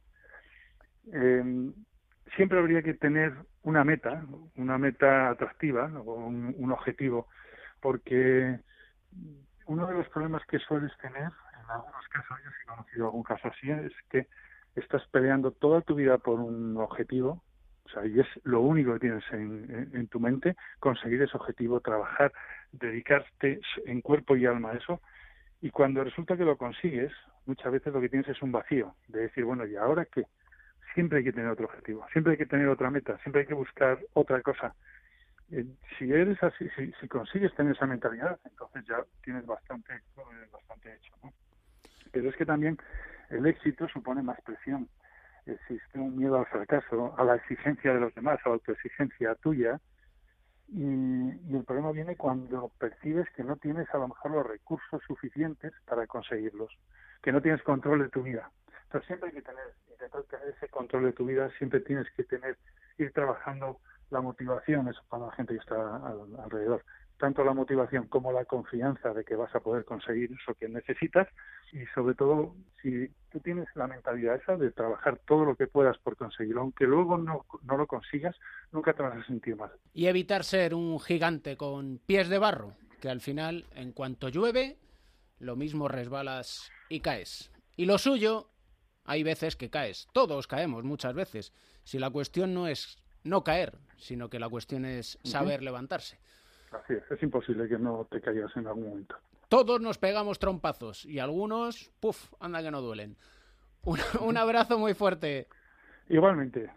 Siempre habría que tener una meta atractiva o un objetivo, porque uno de los problemas que sueles tener, en algunos casos, yo sí he conocido algún caso así, es que estás peleando toda tu vida por un objetivo, o sea, y es lo único que tienes en tu mente, conseguir ese objetivo, trabajar, dedicarte en cuerpo y alma a eso, y cuando resulta que lo consigues, muchas veces lo que tienes es un vacío, de decir, bueno, ¿y ahora qué? Siempre hay que tener otro objetivo, siempre hay que tener otra meta, siempre hay que buscar otra cosa. Si eres así, si consigues tener esa mentalidad, entonces ya tienes bastante hecho, ¿no? Pero es que también el éxito supone más presión. Existe un miedo al fracaso, a la exigencia de los demás, a la autoexigencia tuya, y el problema viene cuando percibes que no tienes a lo mejor los recursos suficientes para conseguirlos, que no tienes control de tu vida. Entonces siempre hay que intentar tener ese control de tu vida, siempre tienes que ir trabajando la motivación, eso para la gente que está alrededor, tanto la motivación como la confianza de que vas a poder conseguir eso que necesitas, y sobre todo si tú tienes la mentalidad esa de trabajar todo lo que puedas por conseguirlo, aunque luego no lo consigas, nunca te vas a sentir mal. Y evitar ser un gigante con pies de barro, que al final, en cuanto llueve, lo mismo resbalas y caes. Y lo suyo, hay veces que caes, todos caemos muchas veces. Si la cuestión no es no caer, sino que la cuestión es saber levantarse. Así es imposible que no te caigas en algún momento. Todos nos pegamos trompazos y algunos, anda que no duelen. Un abrazo muy fuerte. Igualmente.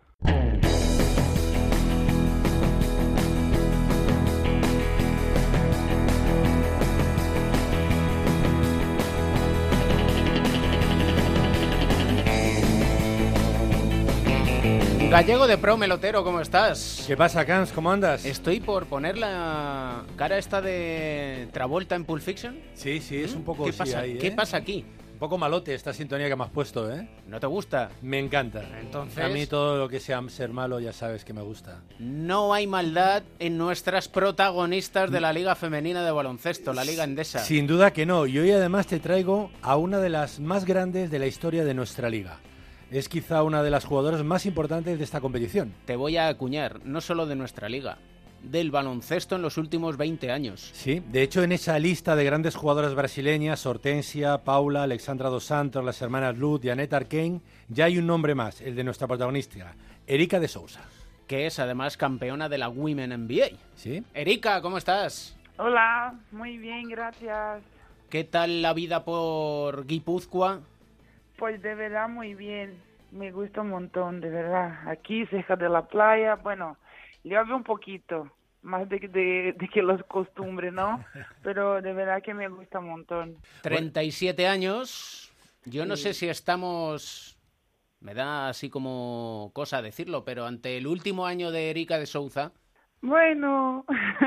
Gallego de Pro Melotero, ¿cómo estás? ¿Qué pasa, Cans? ¿Cómo andas? Estoy por poner la cara esta de Travolta en Pulp Fiction. Sí, es un poco... ¿Qué pasa? Ahí, ¿Qué pasa aquí? Un poco malote esta sintonía que me has puesto, ¿eh? ¿No te gusta? Me encanta. Entonces... A mí todo lo que sea ser malo ya sabes que me gusta. No hay maldad en nuestras protagonistas de la Liga Femenina de Baloncesto, la Liga Endesa. Sin duda que no. Y hoy además te traigo a una de las más grandes de la historia de nuestra liga. Es quizá una de las jugadoras más importantes de esta competición. Te voy a acuñar, no solo de nuestra liga, del baloncesto en los últimos 20 años. Sí, de hecho en esa lista de grandes jugadoras brasileñas, Hortensia, Paula, Alexandra dos Santos, las hermanas Luz y Annette Arcane, ya hay un nombre más, el de nuestra protagonista, Erika de Sousa. Que es además campeona de la Women NBA. ¿Sí? Erika, ¿cómo estás? Hola, muy bien, gracias. ¿Qué tal la vida por Guipúzcoa? Pues de verdad muy bien, me gusta un montón, de verdad. Aquí cerca de la playa, bueno, llueve un poquito, más de que los costumbres, ¿no? Pero de verdad que me gusta un montón. 37 años, yo no sé si estamos, me da así como cosa decirlo, pero ante el último año de Erika de Sousa. Bueno,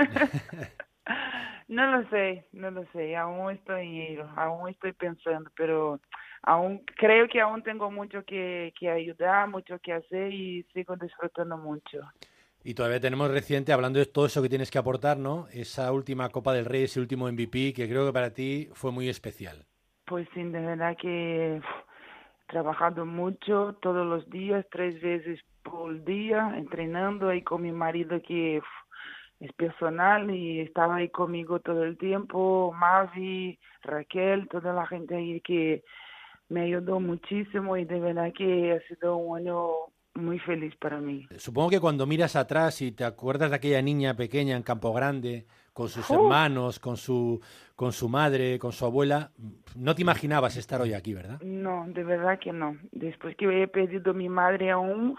no lo sé, aún estoy pensando, pero... creo que aún tengo mucho que ayudar, mucho que hacer y sigo disfrutando mucho. Y todavía tenemos reciente, hablando de todo eso que tienes que aportar, ¿no? Esa última Copa del Rey, ese último MVP, que creo que para ti fue muy especial. Pues sí, de verdad que he trabajado mucho, todos los días, 3 veces por día, entrenando ahí con mi marido que es personal y estaba ahí conmigo todo el tiempo, Mavi, Raquel, toda la gente ahí que me ayudó muchísimo y de verdad que ha sido un año muy feliz para mí. Supongo que cuando miras atrás y te acuerdas de aquella niña pequeña en Campo Grande, con sus hermanos, con su madre, con su abuela, no te imaginabas estar hoy aquí, ¿verdad? No, de verdad que no. Después que he perdido a mi madre aún,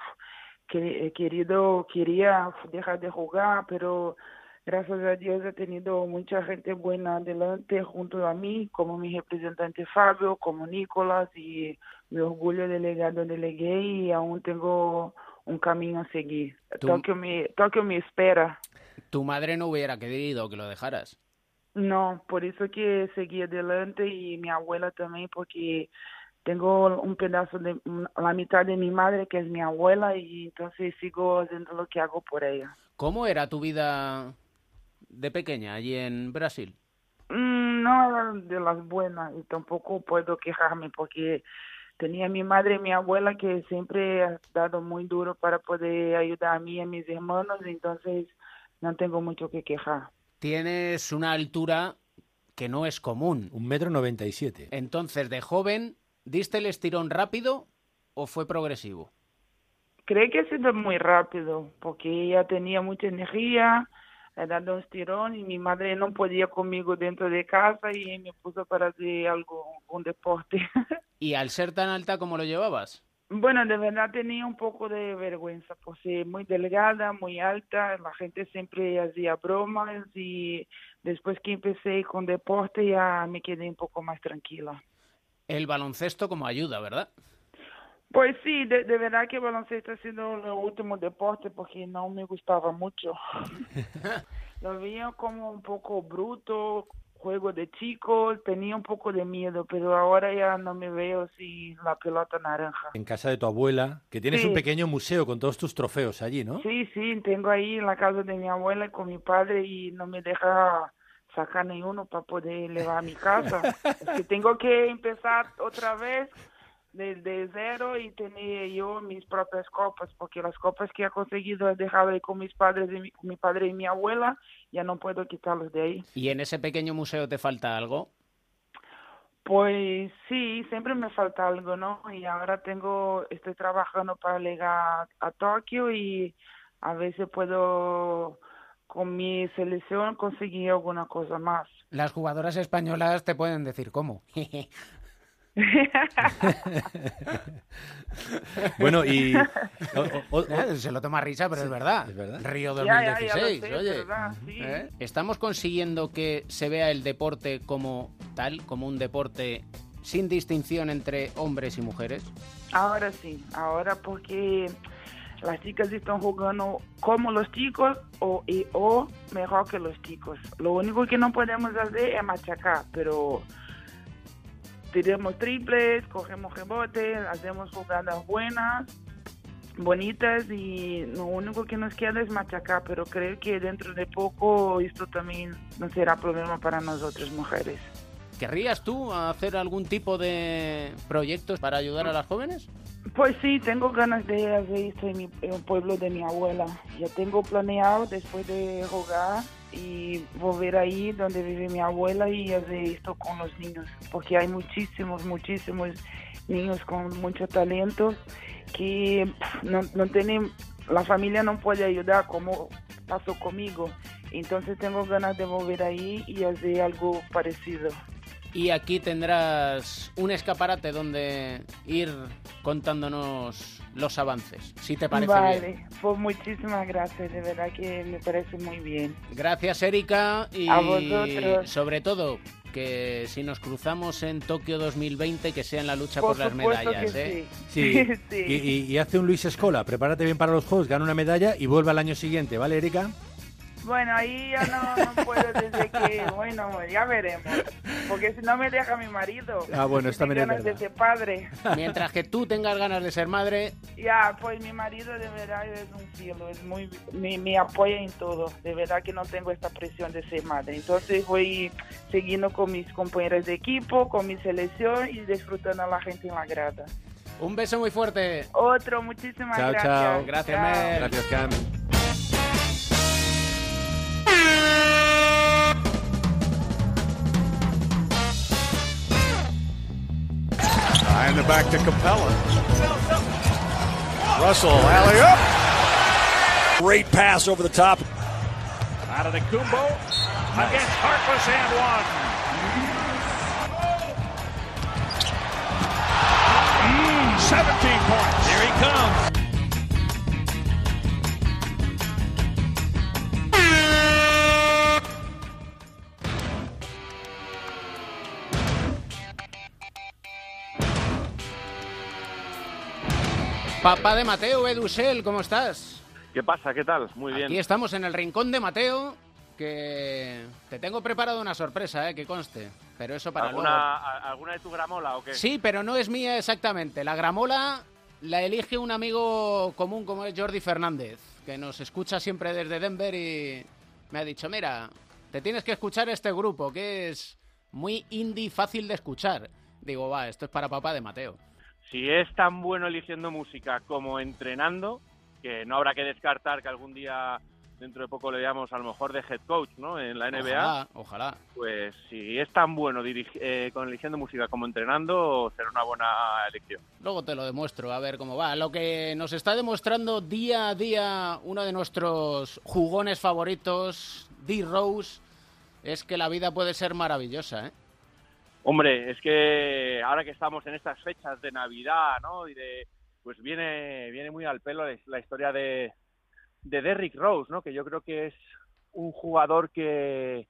quería dejar de jugar, pero... Gracias a Dios he tenido mucha gente buena adelante junto a mí, como mi representante Fabio, como Nicolás, y mi orgullo delegado delegué y aún tengo un camino a seguir. Tokio me espera. ¿Tu madre no hubiera querido que lo dejaras? No, por eso que seguí adelante y mi abuela también, porque tengo un pedazo de la mitad de mi madre que es mi abuela y entonces sigo haciendo lo que hago por ella. ¿Cómo era tu vida de pequeña allí en Brasil? No era de las buenas y tampoco puedo quejarme porque tenía mi madre y mi abuela que siempre ha dado muy duro para poder ayudar a mí y a mis hermanos, entonces no tengo mucho que quejar. Tienes una altura que no es común. 1,97 m. Entonces, de joven, ¿diste el estirón rápido o fue progresivo? Creo que ha sido muy rápido porque ella tenía mucha energía, he dado un estirón y mi madre no podía conmigo dentro de casa y me puso para hacer un deporte. ¿Y al ser tan alta, cómo lo llevabas? Bueno, de verdad tenía un poco de vergüenza, por ser muy delgada, muy alta, la gente siempre hacía bromas y después que empecé con deporte ya me quedé un poco más tranquila. El baloncesto como ayuda, ¿verdad? Pues sí, de verdad que el baloncesto ha sido el último deporte porque no me gustaba mucho. Lo veía como un poco bruto, juego de chicos, tenía un poco de miedo, pero ahora ya no me veo sin la pelota naranja. En casa de tu abuela, que tienes un pequeño museo con todos tus trofeos allí, ¿no? Sí, tengo ahí en la casa de mi abuela con mi padre y no me deja sacar ni uno para poder llevar a mi casa. Es que tengo que empezar otra vez desde cero y tener yo mis propias copas, porque las copas que he conseguido he dejado ahí con mis padres, mi padre y mi abuela, ya no puedo quitarlos de ahí. ¿Y en ese pequeño museo te falta algo? Pues sí, siempre me falta algo, ¿no? Y ahora estoy trabajando para llegar a Tokio y a veces puedo con mi selección conseguir alguna cosa más. Las jugadoras españolas te pueden decir cómo. Bueno, y se lo toma risa, pero sí, es verdad. Río 2016, ya, oye. Verdad, sí. ¿Estamos consiguiendo que se vea el deporte como tal, como un deporte sin distinción entre hombres y mujeres? Ahora sí, ahora porque las chicas están jugando como los chicos o mejor que los chicos. Lo único que no podemos hacer es machacar, pero tiramos triples, cogemos rebotes, hacemos jugadas buenas, bonitas, y lo único que nos queda es machacar, pero creo que dentro de poco esto también no será problema para nosotras mujeres. ¿Querrías tú hacer algún tipo de proyectos para ayudar a las jóvenes? Pues sí, tengo ganas de hacer esto en el pueblo de mi abuela. Ya tengo planeado después de jugar y volver ahí donde vive mi abuela y hacer esto con los niños, porque hay muchísimos niños con mucho talento que no tienen, la familia no puede ayudar como pasó conmigo. Entonces tengo ganas de volver ahí y hacer algo parecido. Y aquí tendrás un escaparate donde ir contándonos los avances, si te parece bien. Vale, pues muchísimas gracias, de verdad que me parece muy bien. Gracias, Erika, y a vosotros. Sobre todo, que si nos cruzamos en Tokio 2020, que sea en la lucha por las medallas, ¿eh? Sí. Sí. Y hace un Luis Escola, prepárate bien para los Juegos, gana una medalla y vuelve al año siguiente, ¿vale, Erika? Bueno, ahí ya no puedo decir que, bueno, ya veremos, porque si no me deja mi marido. Ah, bueno, está bien. Ganas de ser padre. Mientras que tú tengas ganas de ser madre. Ya, pues mi marido de verdad es un cielo, es me apoya en todo, de verdad que no tengo esta presión de ser madre. Entonces voy siguiendo con mis compañeros de equipo, con mi selección y disfrutando a la gente en la grada. Un beso muy fuerte. Otro, muchísimas gracias. Chao. Gracias, chao. Mer. Gracias, Cam. In the back to Capella. Russell, alley-oop. Great pass over the top. Out of the Kumbo against Harkless and one. 17 points. Here he comes. Papá de Mateo, Edusel, ¿cómo estás? ¿Qué pasa? ¿Qué tal? Muy bien. Aquí estamos en el rincón de Mateo, que te tengo preparado una sorpresa, que conste. Pero eso para luego. ¿Alguna de tu gramola o qué? Sí, pero no es mía exactamente. La gramola la elige un amigo común como es Jordi Fernández, que nos escucha siempre desde Denver y me ha dicho, mira, te tienes que escuchar este grupo, que es muy indie, fácil de escuchar. Digo, va, esto es para papá de Mateo. Si es tan bueno eligiendo música como entrenando, que no habrá que descartar que algún día, dentro de poco, le veamos a lo mejor de head coach, ¿no? En la NBA. Ojalá. Pues si es tan bueno con eligiendo música como entrenando, será una buena elección. Luego te lo demuestro, a ver cómo va. Lo que nos está demostrando día a día uno de nuestros jugones favoritos, D-Rose, es que la vida puede ser maravillosa, ¿eh? Hombre, es que ahora que estamos en estas fechas de Navidad, ¿no? Y pues viene muy al pelo la historia de Derrick Rose, ¿no? Que yo creo que es un jugador que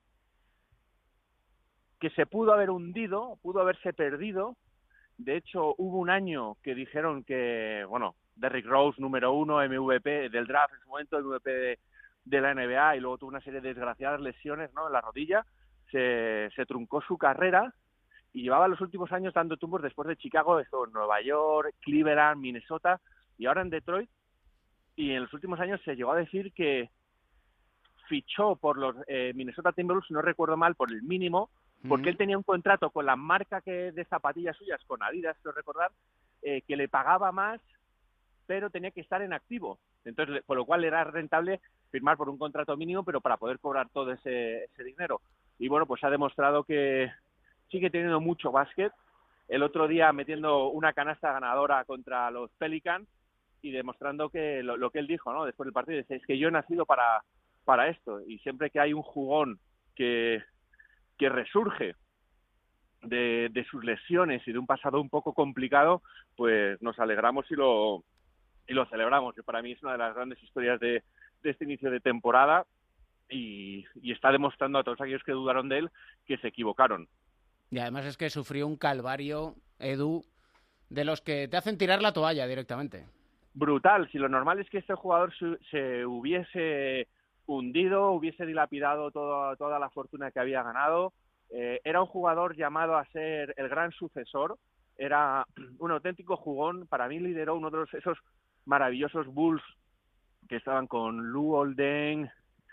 se pudo haber hundido, pudo haberse perdido. De hecho, hubo un año que dijeron que, bueno, Derrick Rose, número 1, MVP del draft en su momento, MVP de la NBA, y luego tuvo una serie de desgraciadas lesiones, ¿no? En la rodilla, se truncó su carrera. Y llevaba los últimos años dando tumbos después de Chicago, estuvo en Nueva York, Cleveland, Minnesota y ahora en Detroit. Y en los últimos años se llegó a decir que fichó por los Minnesota Timberwolves, si no recuerdo mal, por el mínimo, porque él tenía un contrato con la marca de zapatillas suyas, con Adidas, quiero recordar, que le pagaba más, pero tenía que estar en activo. Entonces, por lo cual era rentable firmar por un contrato mínimo, pero para poder cobrar todo ese dinero. Y bueno, pues ha demostrado que sigue teniendo mucho básquet. El otro día metiendo una canasta ganadora contra los Pelicans y demostrando que lo que él dijo, ¿no? Después del partido, dice, es que yo he nacido para esto. Y siempre que hay un jugón que resurge de sus lesiones y de un pasado un poco complicado, pues nos alegramos y lo celebramos. Que para mí es una de las grandes historias de este inicio de temporada y está demostrando a todos aquellos que dudaron de él que se equivocaron. Y además es que sufrió un calvario, Edu, de los que te hacen tirar la toalla directamente. brutal. Si lo normal es que este jugador se hubiese hundido, hubiese dilapidado toda la fortuna que había ganado. Era un jugador llamado a ser el gran sucesor, era un auténtico jugón. Para mí lideró uno de esos maravillosos Bulls que estaban con Lou Oldeng,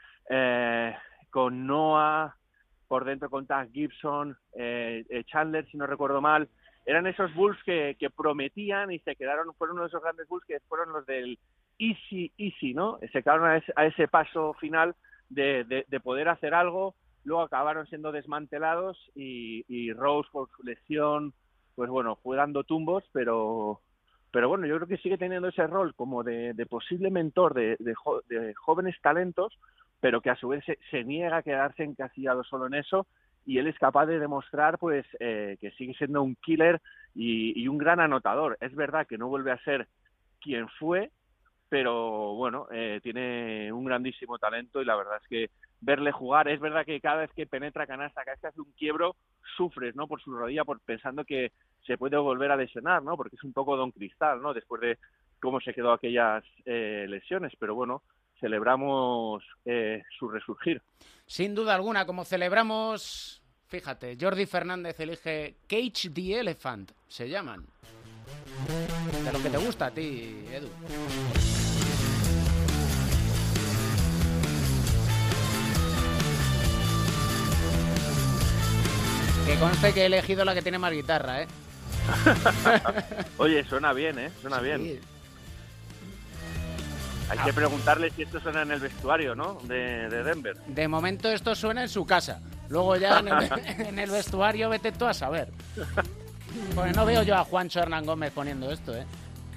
con Noah, por dentro con Tag Gibson, Chandler, si no recuerdo mal. Eran esos Bulls que prometían y se quedaron, fueron uno de esos grandes Bulls que fueron los del easy, ¿no? Se quedaron a ese paso final de poder hacer algo. Luego acabaron siendo desmantelados y Rose, por su lesión, pues bueno, fue dando tumbos, pero bueno, yo creo que sigue teniendo ese rol como de posible mentor de jóvenes talentos, pero que a su vez se niega a quedarse encasillado solo en eso, y él es capaz de demostrar pues que sigue siendo un killer y un gran anotador. Es verdad que no vuelve a ser quien fue, pero bueno, tiene un grandísimo talento y la verdad es que verle jugar, es verdad que cada vez que penetra canasta, cada vez que hace un quiebro, sufres, ¿no? Por su rodilla, pensando que se puede volver a lesionar, ¿no? Porque es un poco Don Cristal, ¿no? Después de cómo se quedó aquellas lesiones, pero bueno, celebramos su resurgir. Sin duda alguna, como celebramos, fíjate, Jordi Fernández elige Cage the Elephant, se llaman. De lo que te gusta a ti, Edu. Que conste que he elegido la que tiene más guitarra, ¿eh? Oye, suena bien, ¿eh? Suena bien. Hay que preguntarle si esto suena en el vestuario, ¿no? De Denver. De momento esto suena en su casa. Luego ya en el vestuario vete tú a saber. Porque no veo yo a Juancho Hernán Gómez poniendo esto, ¿eh?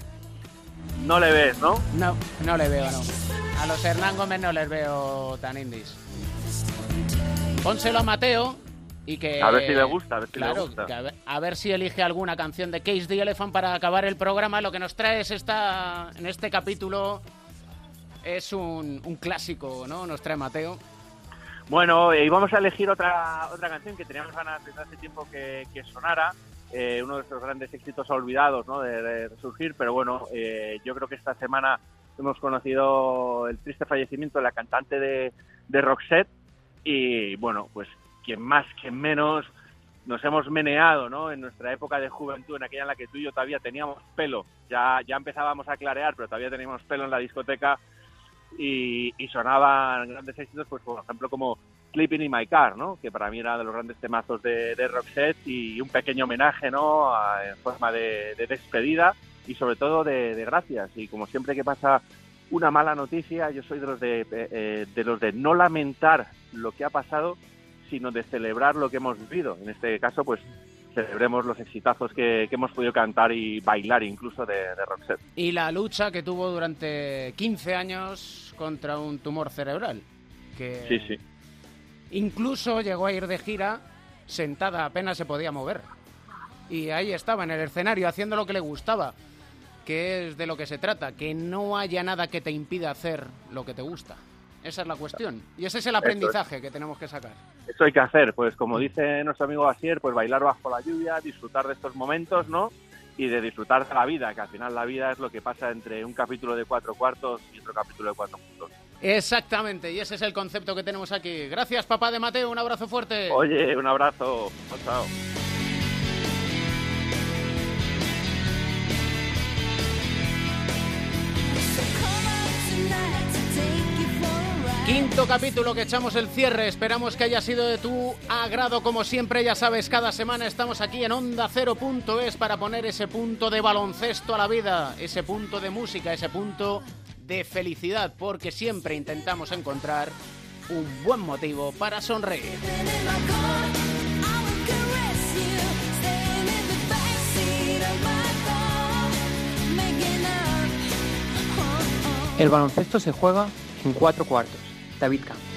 No le ves, ¿no? No le veo, no. A los Hernán Gómez no les veo tan indies. Pónselo a Mateo y que... A ver si le gusta, a ver si elige alguna canción de Cage the Elephant para acabar el programa. Lo que nos trae es en este capítulo es un clásico, ¿no? Nos trae Mateo. Bueno, y vamos a elegir otra canción que teníamos ganas desde hace tiempo que sonara. Uno de estos grandes éxitos olvidados, ¿no? de resurgir, pero bueno, yo creo que esta semana hemos conocido el triste fallecimiento de la cantante de Roxette y bueno, pues quien más, quien menos, nos hemos meneado, ¿no? En nuestra época de juventud, en aquella en la que tú y yo todavía teníamos pelo, ya empezábamos a clarear, pero todavía teníamos pelo en la discoteca y sonaban grandes éxitos, pues por ejemplo como Sleeping in My Car, ¿no? Que para mí era de los grandes temazos de Roxette y un pequeño homenaje, ¿no? En forma de despedida y sobre todo de gracias. Y como siempre que pasa una mala noticia, yo soy de los de no lamentar lo que ha pasado, sino de celebrar lo que hemos vivido. En este caso, pues celebremos los exitazos que hemos podido cantar y bailar incluso de Roxette. Y la lucha que tuvo durante 15 años contra un tumor cerebral. Sí. Incluso llegó a ir de gira sentada, apenas se podía mover. Y ahí estaba en el escenario haciendo lo que le gustaba, que es de lo que se trata, que no haya nada que te impida hacer lo que te gusta. Esa es la cuestión. Y ese es el aprendizaje que tenemos que sacar. Eso hay que hacer, pues como dice nuestro amigo Basier, pues bailar bajo la lluvia, disfrutar de estos momentos, ¿no? Y de disfrutar de la vida, que al final la vida es lo que pasa entre un capítulo de 4 cuartos y otro capítulo de 4 puntos. Exactamente, y ese es el concepto que tenemos aquí. Gracias, papá de Mateo, un abrazo fuerte. Oye, un abrazo. Chao. Quinto capítulo que echamos el cierre, esperamos que haya sido de tu agrado como siempre, ya sabes, cada semana estamos aquí en OndaCero.es para poner ese punto de baloncesto a la vida, ese punto de música, ese punto de felicidad, porque siempre intentamos encontrar un buen motivo para sonreír. El baloncesto se juega en 4 cuartos. David Camp.